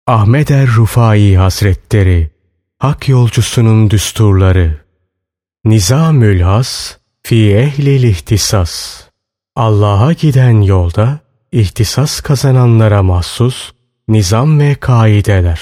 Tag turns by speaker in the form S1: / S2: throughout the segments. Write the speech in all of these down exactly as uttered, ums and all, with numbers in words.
S1: Ahmed er-Rufai Hazretleri, Hak Yolcusunun Düsturları. Nizamül Has fi ehlil ihtisas. Allah'a giden yolda ihtisas kazananlara mahsus nizam ve kaideler.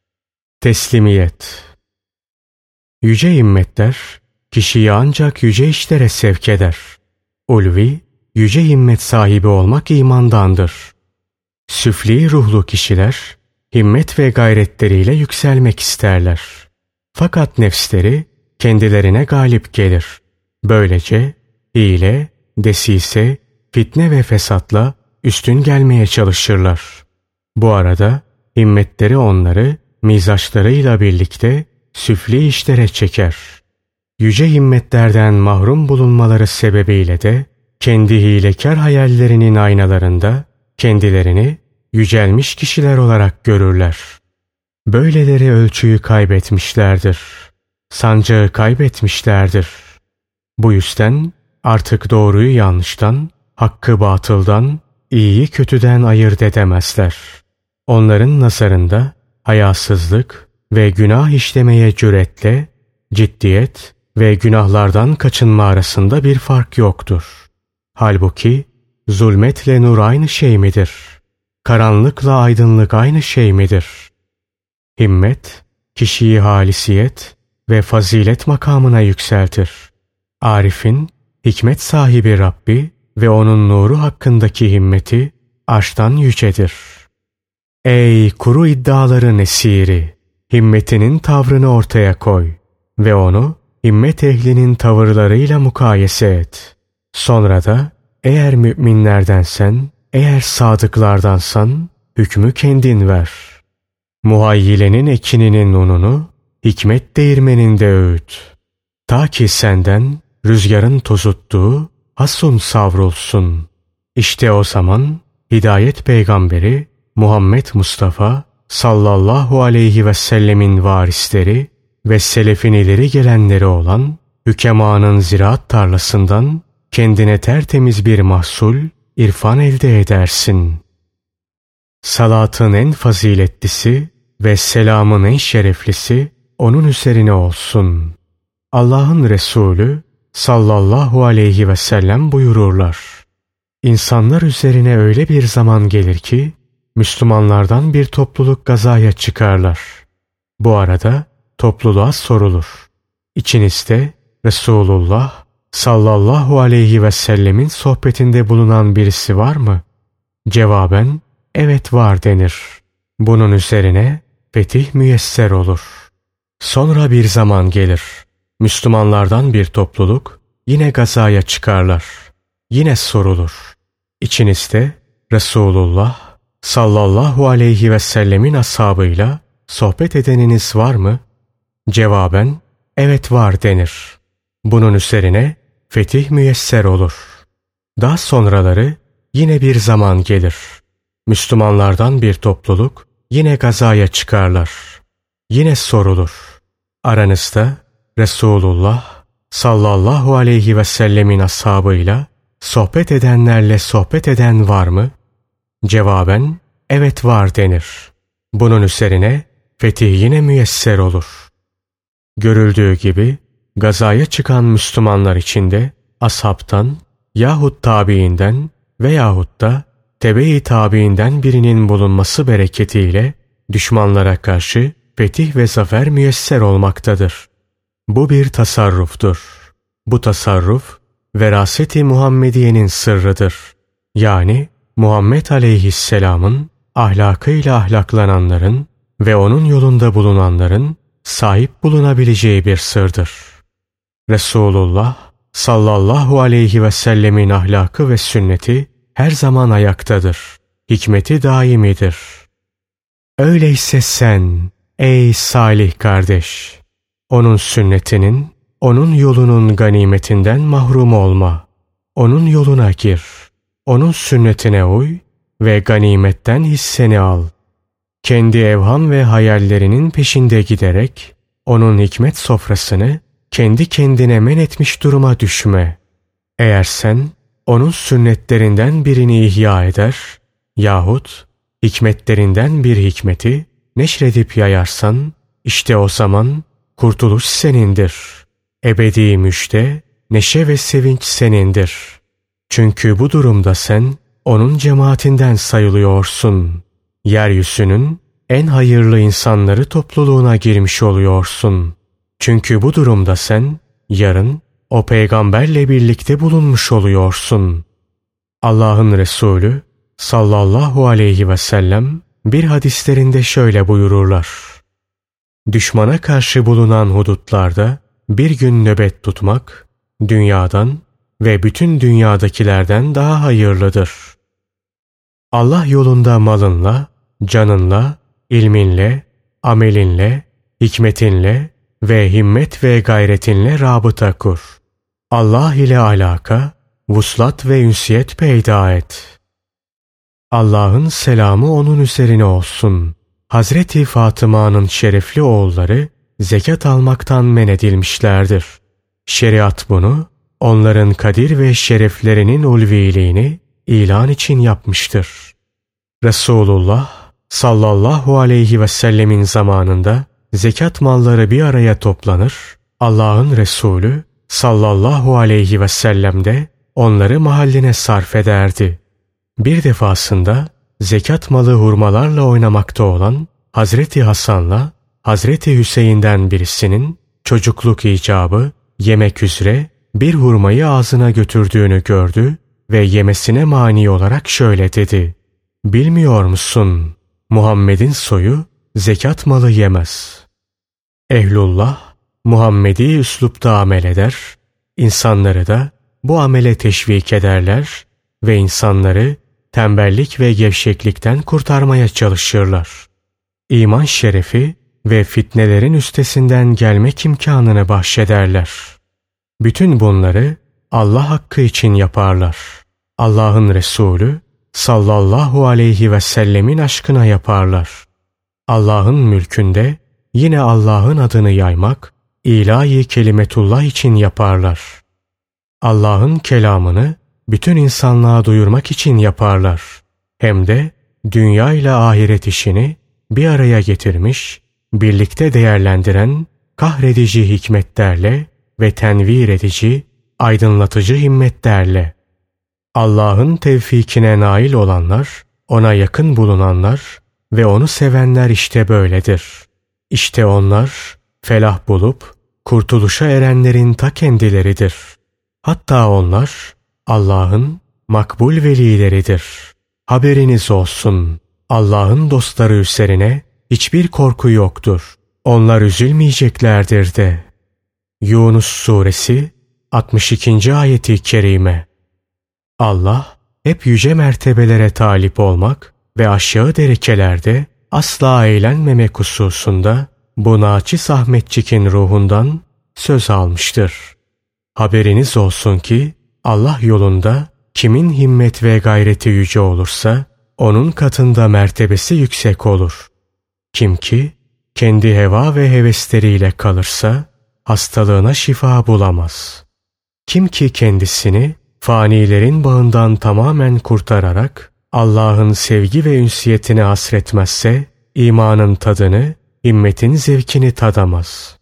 S1: Teslimiyet. Yüce himmetler kişiyi ancak yüce işlere sevk eder. Ulvi, yüce himmet sahibi olmak imandandır. Süfli ruhlu kişiler himmet ve gayretleriyle yükselmek isterler. Fakat nefsleri kendilerine galip gelir. Böylece hile, desise, fitne ve fesatla üstün gelmeye çalışırlar. Bu arada himmetleri onları mizaçlarıyla birlikte süfli işlere çeker. Yüce himmetlerden mahrum bulunmaları sebebiyle de kendi hilekar hayallerinin aynalarında kendilerini yücelmiş kişiler olarak görürler. Böyleleri ölçüyü kaybetmişlerdir. Sancağı kaybetmişlerdir. Bu yüzden artık doğruyu yanlıştan, hakkı batıldan, iyiyi kötüden ayırt edemezler. Onların nazarında hayasızlık ve günah işlemeye cüretle, ciddiyet ve günahlardan kaçınma arasında bir fark yoktur. Halbuki zulmetle nur aynı şey midir? Karanlıkla aydınlık aynı şey midir? Himmet, kişiyi halisiyet ve fazilet makamına yükseltir. Arif'in, hikmet sahibi Rabbi ve onun nuru hakkındaki himmeti arştan yücedir. Ey kuru iddiaların esiri! Himmetinin tavrını ortaya koy ve onu himmet ehlinin tavırlarıyla mukayese et. Sonra da eğer müminlerdensen, eğer sadıklardansan hükmü kendin ver. Muhayyilenin ekininin ununu hikmet değirmeninde öğüt. Ta ki senden rüzgarın tozuttuğu hasun savrulsun. İşte o zaman hidayet peygamberi Muhammed Mustafa sallallahu aleyhi ve sellemin varisleri ve selefin ileri gelenleri olan hükemanın ziraat tarlasından kendine tertemiz bir mahsul, irfan elde edersin. Salatın en faziletlisi ve selamın en şereflisi onun üzerine olsun. Allah'ın Resulü sallallahu aleyhi ve sellem buyururlar. İnsanlar üzerine öyle bir zaman gelir ki Müslümanlardan bir topluluk gazaya çıkarlar. Bu arada topluluğa sorulur. İçinizde Resulullah sallallahu aleyhi ve sellemin sohbetinde bulunan birisi var mı? Cevaben evet var denir. Bunun üzerine fetih müyesser olur. Sonra bir zaman gelir. Müslümanlardan bir topluluk yine gazaya çıkarlar. Yine sorulur. İçinizde Resulullah sallallahu aleyhi ve sellemin ashabıyla sohbet edeniniz var mı? Cevaben evet var denir. Bunun üzerine fetih müyesser olur. Daha sonraları yine bir zaman gelir. Müslümanlardan bir topluluk yine gazaya çıkarlar. Yine sorulur. Aranızda Resulullah sallallahu aleyhi ve sellemin ashabıyla sohbet edenlerle sohbet eden var mı? Cevaben evet var denir. Bunun üzerine fetih yine müyesser olur. Görüldüğü gibi gazaya çıkan Müslümanlar içinde ashabtan yahut tabiinden veyahut da tebe-i tabiinden birinin bulunması bereketiyle düşmanlara karşı fetih ve zafer müyesser olmaktadır. Bu bir tasarruftur. Bu tasarruf veraset-i Muhammediye'nin sırrıdır. Yani Muhammed aleyhisselamın ahlakıyla ahlaklananların ve onun yolunda bulunanların sahip bulunabileceği bir sırdır. Resulullah sallallahu aleyhi ve sellemin ahlakı ve sünneti her zaman ayaktadır. Hikmeti daimidir. Öyleyse sen ey salih kardeş, onun sünnetinin, onun yolunun ganimetinden mahrum olma. Onun yoluna gir. Onun sünnetine uy ve ganimetten hisseni al. Kendi evham ve hayallerinin peşinde giderek onun hikmet sofrasını kendi kendine men etmiş duruma düşme. Eğer sen onun sünnetlerinden birini ihya eder yahut hikmetlerinden bir hikmeti neşredip yayarsan, işte o zaman kurtuluş senindir. Ebedi müjde, neşe ve sevinç senindir. Çünkü bu durumda sen onun cemaatinden sayılıyorsun. Yeryüzünün en hayırlı insanları topluluğuna girmiş oluyorsun. Çünkü bu durumda sen yarın o peygamberle birlikte bulunmuş oluyorsun. Allah'ın Resulü sallallahu aleyhi ve sellem bir hadislerinde şöyle buyururlar. Düşmana karşı bulunan hudutlarda bir gün nöbet tutmak, dünyadan ve bütün dünyadakilerden daha hayırlıdır. Allah yolunda malınla, canınla, ilminle, amelinle, hikmetinle ve himmet ve gayretinle rabıta kur. Allah ile alaka, vuslat ve ünsiyet peyda et. Allah'ın selamı onun üzerine olsun. Hazreti Fatıma'nın şerefli oğulları zekat almaktan men edilmişlerdir. Şeriat bunu onların kadir ve şereflerinin ulviliğini ilan için yapmıştır. Resulullah sallallahu aleyhi ve sellemin zamanında zekat malları bir araya toplanır, Allah'ın Resulü sallallahu aleyhi ve sellem de onları mahalline sarf ederdi. Bir defasında zekat malı hurmalarla oynamakta olan Hazreti Hasan'la Hazreti Hüseyin'den birisinin çocukluk icabı yemek üzere bir hurmayı ağzına götürdüğünü gördü ve yemesine mani olarak şöyle dedi. Bilmiyor musun? Muhammed'in soyu zekat malı yemez. Ehlullah Muhammedi üslupta amel eder, insanları da bu amele teşvik ederler ve insanları tembellik ve gevşeklikten kurtarmaya çalışırlar. İman şerefi ve fitnelerin üstesinden gelmek imkanını bahşederler. Bütün bunları Allah hakkı için yaparlar. Allah'ın Resulü sallallahu aleyhi ve sellemin aşkına yaparlar. Allah'ın mülkünde yine Allah'ın adını yaymak, ilahi kelimetullah için yaparlar. Allah'ın kelamını bütün insanlığa duyurmak için yaparlar. Hem de dünya ile ahiret işini bir araya getirmiş, birlikte değerlendiren kahredici hikmetlerle ve tenvir edici, aydınlatıcı himmetlerle. Allah'ın tevfikine nail olanlar, ona yakın bulunanlar ve onu sevenler işte böyledir. İşte onlar felah bulup kurtuluşa erenlerin ta kendileridir. Hatta onlar Allah'ın makbul velileridir. Haberiniz olsun, Allah'ın dostları üzerine hiçbir korku yoktur. Onlar üzülmeyeceklerdir de. Yunus Suresi altmış ikinci ayeti kerime. Allah hep yüce mertebelere talip olmak ve aşağı derekelerde asla eğlenmemek hususunda bu naçiz Ahmetçik'in ruhundan söz almıştır. Haberiniz olsun ki Allah yolunda kimin himmet ve gayreti yüce olursa onun katında mertebesi yüksek olur. Kim ki kendi heva ve hevesleriyle kalırsa hastalığına şifa bulamaz. Kim ki kendisini fanilerin bağından tamamen kurtararak Allah'ın sevgi ve ünsiyetine hasretmezse imanın tadını, himmetin zevkini tadamaz.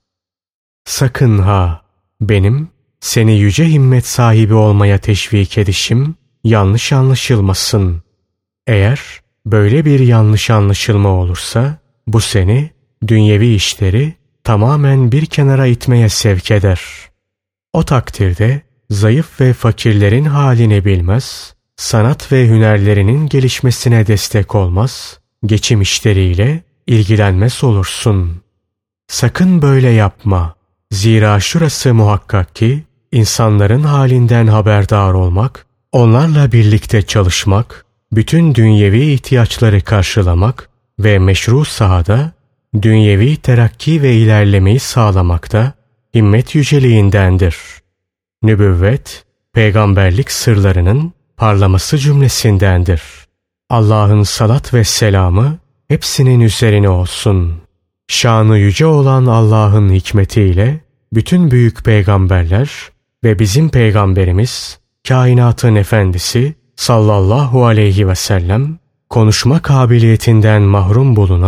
S1: Sakın ha, benim seni yüce himmet sahibi olmaya teşvik edişim yanlış anlaşılmasın. Eğer böyle bir yanlış anlaşılma olursa bu seni dünyevi işleri tamamen bir kenara itmeye sevk eder. O takdirde zayıf ve fakirlerin halini bilmez, sanat ve hünerlerinin gelişmesine destek olmaz, geçim işleriyle ilgilenmez olursun. Sakın böyle yapma. Zira şurası muhakkak ki insanların halinden haberdar olmak, onlarla birlikte çalışmak, bütün dünyevi ihtiyaçları karşılamak ve meşru sahada dünyevi terakki ve ilerlemeyi sağlamakta himmet yüceliğindendir. Nübüvvet, peygamberlik sırlarının parlaması cümlesindendir. Allah'ın salat ve selamı hepsinin üzerine olsun. Şanı yüce olan Allah'ın hikmetiyle bütün büyük peygamberler ve bizim peygamberimiz, kainatın efendisi sallallahu aleyhi ve sellem, konuşma kabiliyetinden mahrum bulunan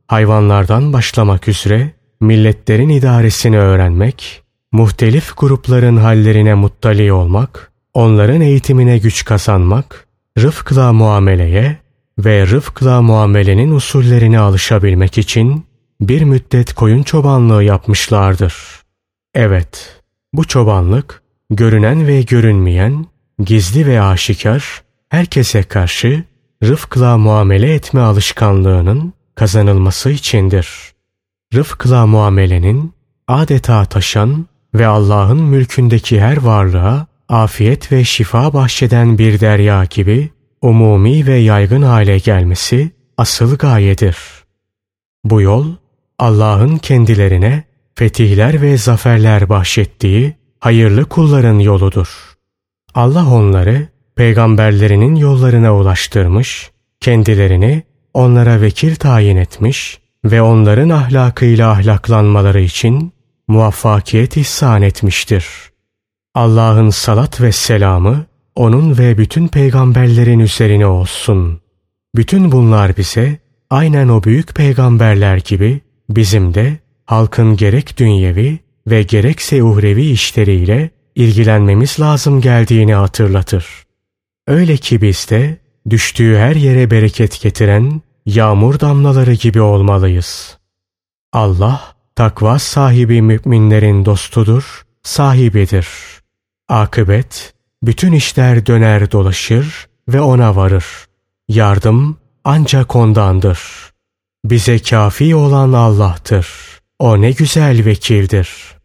S1: hayvanlardan başlamak üzere milletlerin idaresini öğrenmek, muhtelif grupların hallerine muttali olmak, onların eğitimine güç kazanmak, rıfkla muameleye ve rıfkla muamelenin usullerine alışabilmek için bir müddet koyun çobanlığı yapmışlardır. Evet, bu çobanlık görünen ve görünmeyen, gizli ve aşikar, herkese karşı rıfkla muamele etme alışkanlığının kazanılması içindir. Rıfkla muamelenin adeta taşan ve Allah'ın mülkündeki her varlığa afiyet ve şifa bahşeden bir derya gibi umumi ve yaygın hale gelmesi asıl gayedir. Bu yol, Allah'ın kendilerine fetihler ve zaferler bahşettiği hayırlı kulların yoludur. Allah onları peygamberlerinin yollarına ulaştırmış, kendilerini onlara vekil tayin etmiş ve onların ahlakıyla ahlaklanmaları için muvaffakiyet ihsan etmiştir. Allah'ın salat ve selamı onun ve bütün peygamberlerin üzerine olsun. Bütün bunlar bize aynen o büyük peygamberler gibi bizim de halkın gerek dünyevi ve gerekse uhrevi işleriyle ilgilenmemiz lazım geldiğini hatırlatır. Öyle ki biz de düştüğü her yere bereket getiren yağmur damlaları gibi olmalıyız. Allah takva sahibi müminlerin dostudur, sahibidir. Akıbet, bütün işler döner dolaşır ve ona varır. Yardım ancak ondandır. Bize kafi olan Allah'tır. O ne güzel vekildir.